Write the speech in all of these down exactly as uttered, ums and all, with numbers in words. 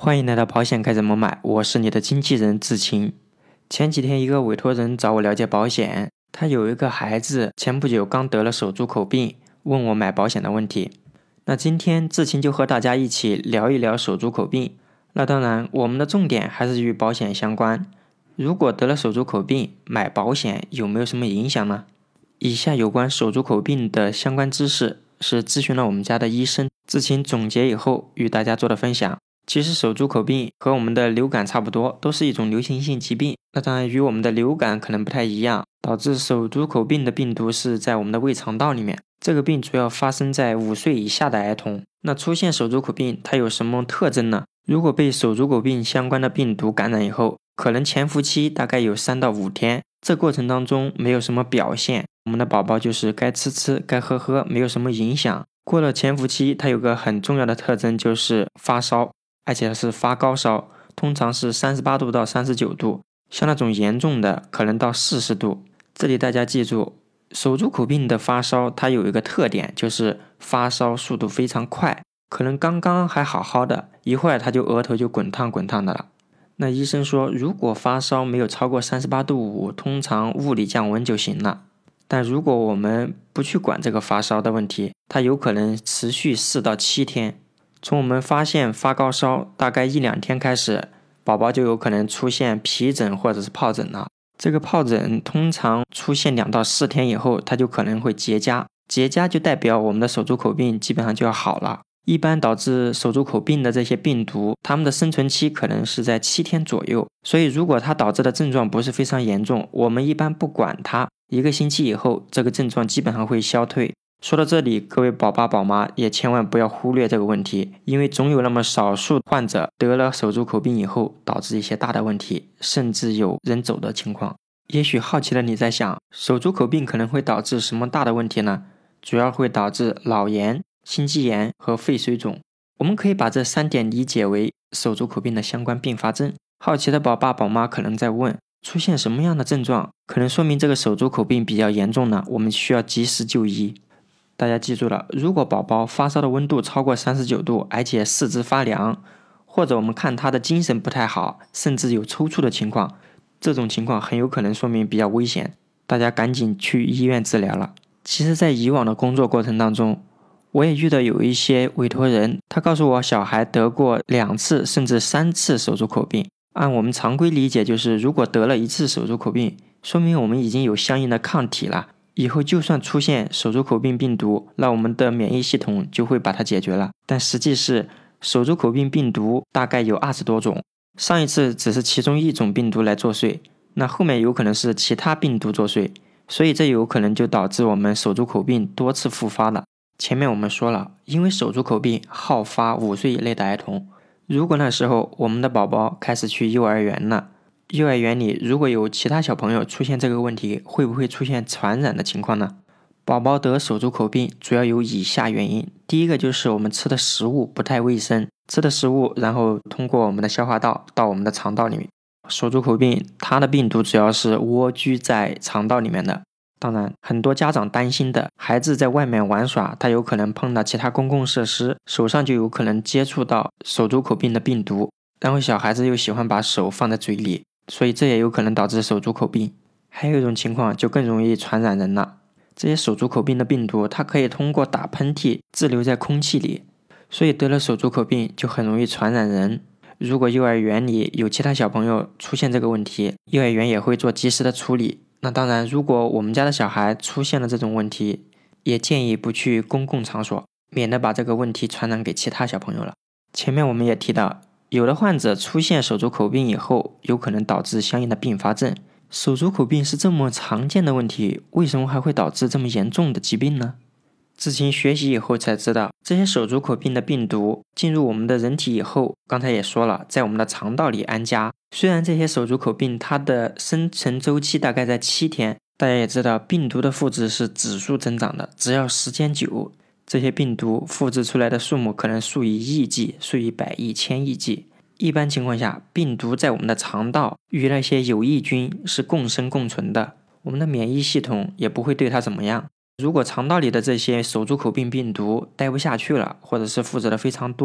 欢迎来到保险该怎么买，我是你的经纪人志清。前几天一个委托人找我了解保险，他有一个孩子前不久刚得了手足口病，问我买保险的问题。那今天志清就和大家一起聊一聊手足口病。那当然我们的重点还是与保险相关。如果得了手足口病，买保险有没有什么影响呢？以下有关手足口病的相关知识是咨询了我们家的医生，志清总结以后与大家做的分享。其实手足口病和我们的流感差不多，都是一种流行性疾病。那当然与我们的流感可能不太一样，导致手足口病的病毒是在我们的胃肠道里面。这个病主要发生在五岁以下的儿童。那出现手足口病它有什么特征呢？如果被手足口病相关的病毒感染以后，可能潜伏期大概有三到五天，这过程当中没有什么表现，我们的宝宝就是该吃吃该喝喝，没有什么影响。过了潜伏期，它有个很重要的特征就是发烧，而且是发高烧，通常是三十八度到三十九度，像那种严重的可能到四十度。这里大家记住，手足口病的发烧它有一个特点，就是发烧速度非常快，可能刚刚还好好的，一会儿它就额头就滚烫滚烫的了。那医生说，如果发烧没有超过三十八度五，通常物理降温就行了。但如果我们不去管这个发烧的问题，它有可能持续四到七天。从我们发现发高烧大概一两天开始，宝宝就有可能出现皮疹或者是疱疹了。这个疱疹通常出现两到四天以后，它就可能会结痂，结痂就代表我们的手足口病基本上就要好了。一般导致手足口病的这些病毒，它们的生存期可能是在七天左右，所以如果它导致的症状不是非常严重，我们一般不管它，一个星期以后，这个症状基本上会消退。说到这里，各位宝爸宝妈也千万不要忽略这个问题，因为总有那么少数患者得了手足口病以后，导致一些大的问题，甚至有人走的情况。也许好奇的你在想，手足口病可能会导致什么大的问题呢？主要会导致脑炎、心肌炎和肺水肿。我们可以把这三点理解为手足口病的相关并发症。好奇的宝爸宝妈可能在问，出现什么样的症状可能说明这个手足口病比较严重呢？我们需要及时就医。大家记住了，如果宝宝发烧的温度超过三十九度，而且四肢发凉，或者我们看他的精神不太好，甚至有抽搐的情况，这种情况很有可能说明比较危险，大家赶紧去医院治疗了。其实在以往的工作过程当中，我也遇到有一些委托人，他告诉我小孩得过两次甚至三次手足口病。按我们常规理解，就是如果得了一次手足口病，说明我们已经有相应的抗体了，以后就算出现手足口病病毒，那我们的免疫系统就会把它解决了。但实际是手足口病病毒大概有二十多种，上一次只是其中一种病毒来作祟，那后面有可能是其他病毒作祟，所以这有可能就导致我们手足口病多次复发了。前面我们说了，因为手足口病好发五岁以内的儿童，如果那时候我们的宝宝开始去幼儿园了，幼儿园里如果有其他小朋友出现这个问题，会不会出现传染的情况呢？宝宝得手足口病主要有以下原因。第一个就是我们吃的食物不太卫生，吃的食物然后通过我们的消化道到我们的肠道里面。手足口病它的病毒主要是蜗居在肠道里面的。当然很多家长担心的，孩子在外面玩耍，他有可能碰到其他公共设施，手上就有可能接触到手足口病的病毒，然后小孩子又喜欢把手放在嘴里，所以这也有可能导致手足口病。还有一种情况就更容易传染人了，这些手足口病的病毒它可以通过打喷嚏滞留在空气里，所以得了手足口病就很容易传染人。如果幼儿园里有其他小朋友出现这个问题，幼儿园也会做及时的处理。那当然，如果我们家的小孩出现了这种问题，也建议不去公共场所，免得把这个问题传染给其他小朋友了。前面我们也提到，有的患者出现手足口病以后，有可能导致相应的并发症。手足口病是这么常见的问题，为什么还会导致这么严重的疾病呢？自行学习以后才知道，这些手足口病的病毒进入我们的人体以后，刚才也说了，在我们的肠道里安家。虽然这些手足口病它的生成周期大概在七天，大家也知道病毒的复制是指数增长的，只要时间久，这些病毒复制出来的数目可能数以亿计，数以百亿、千亿计。一般情况下，病毒在我们的肠道与那些有益菌是共生共存的，我们的免疫系统也不会对它怎么样。如果肠道里的这些手足口病病毒待不下去了，或者是复制的非常多，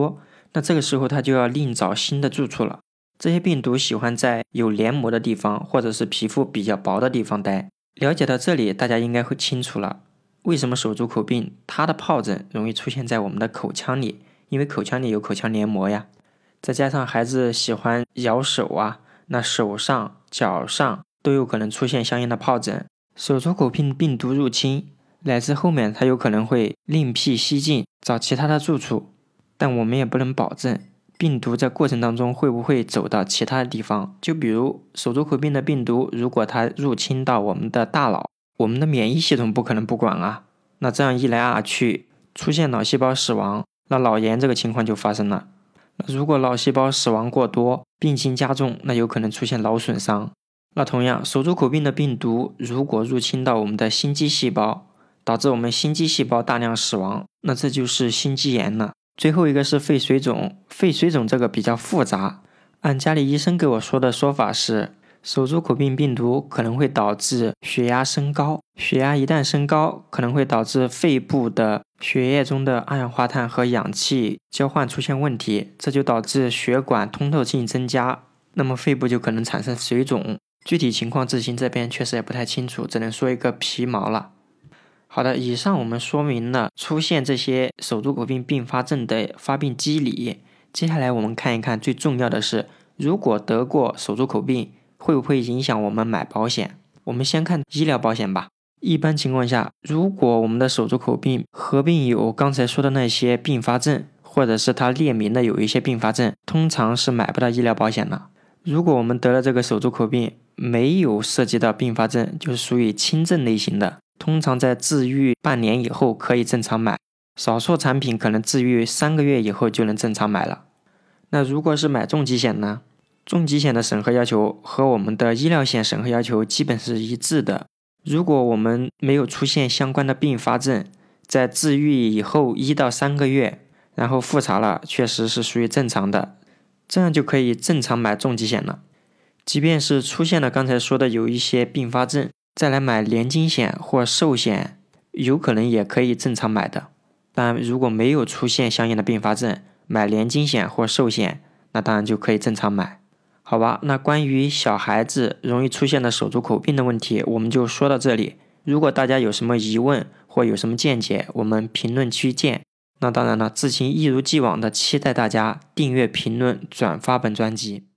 那这个时候他就要另找新的住处了。这些病毒喜欢在有黏膜的地方，或者是皮肤比较薄的地方待。了解到这里，大家应该会清楚了，为什么手足口病它的疱疹容易出现在我们的口腔里，因为口腔里有口腔黏膜呀。再加上孩子喜欢咬手啊，那手上、脚上都有可能出现相应的疱疹。手足口病病毒入侵，乃至后面它有可能会另辟蹊径，找其他的住处，但我们也不能保证病毒在过程当中会不会走到其他的地方。就比如手足口病的病毒，如果它入侵到我们的大脑，我们的免疫系统不可能不管啊。那这样一来二去，出现脑细胞死亡，那脑炎这个情况就发生了。那如果脑细胞死亡过多，病情加重，那有可能出现脑损伤。那同样，手足口病的病毒如果入侵到我们的心肌细胞，导致我们心肌细胞大量死亡，那这就是心肌炎了。最后一个是肺水肿，肺水肿这个比较复杂，按家里医生给我说的说法是，手足口病病毒可能会导致血压升高，血压一旦升高，可能会导致肺部的血液中的二氧化碳和氧气交换出现问题，这就导致血管通透性增加，那么肺部就可能产生水肿。具体情况志行这边确实也不太清楚，只能说一个皮毛了。好的，以上我们说明了出现这些手足口病并发症的发病机理。接下来我们看一看最重要的是，如果得过手足口病，会不会影响我们买保险？我们先看医疗保险吧。一般情况下，如果我们的手足口病合并有刚才说的那些并发症，或者是它列明的有一些并发症，通常是买不到医疗保险的。如果我们得了这个手足口病，没有涉及到并发症，就是属于轻症类型的，通常在治愈半年以后可以正常买，少数产品可能治愈三个月以后就能正常买了。那如果是买重疾险呢？重疾险的审核要求和我们的医疗险审核要求基本是一致的。如果我们没有出现相关的并发症，在治愈以后一到三个月，然后复查了，确实是属于正常的，这样就可以正常买重疾险了。即便是出现了刚才说的有一些并发症，再来买年金险或寿险，有可能也可以正常买的。但如果没有出现相应的并发症，买年金险或寿险，那当然就可以正常买。好吧，那关于小孩子容易出现的手足口病的问题，我们就说到这里。如果大家有什么疑问或有什么见解，我们评论区见。那当然了，志勤一如既往的期待大家订阅、评论、转发本专辑。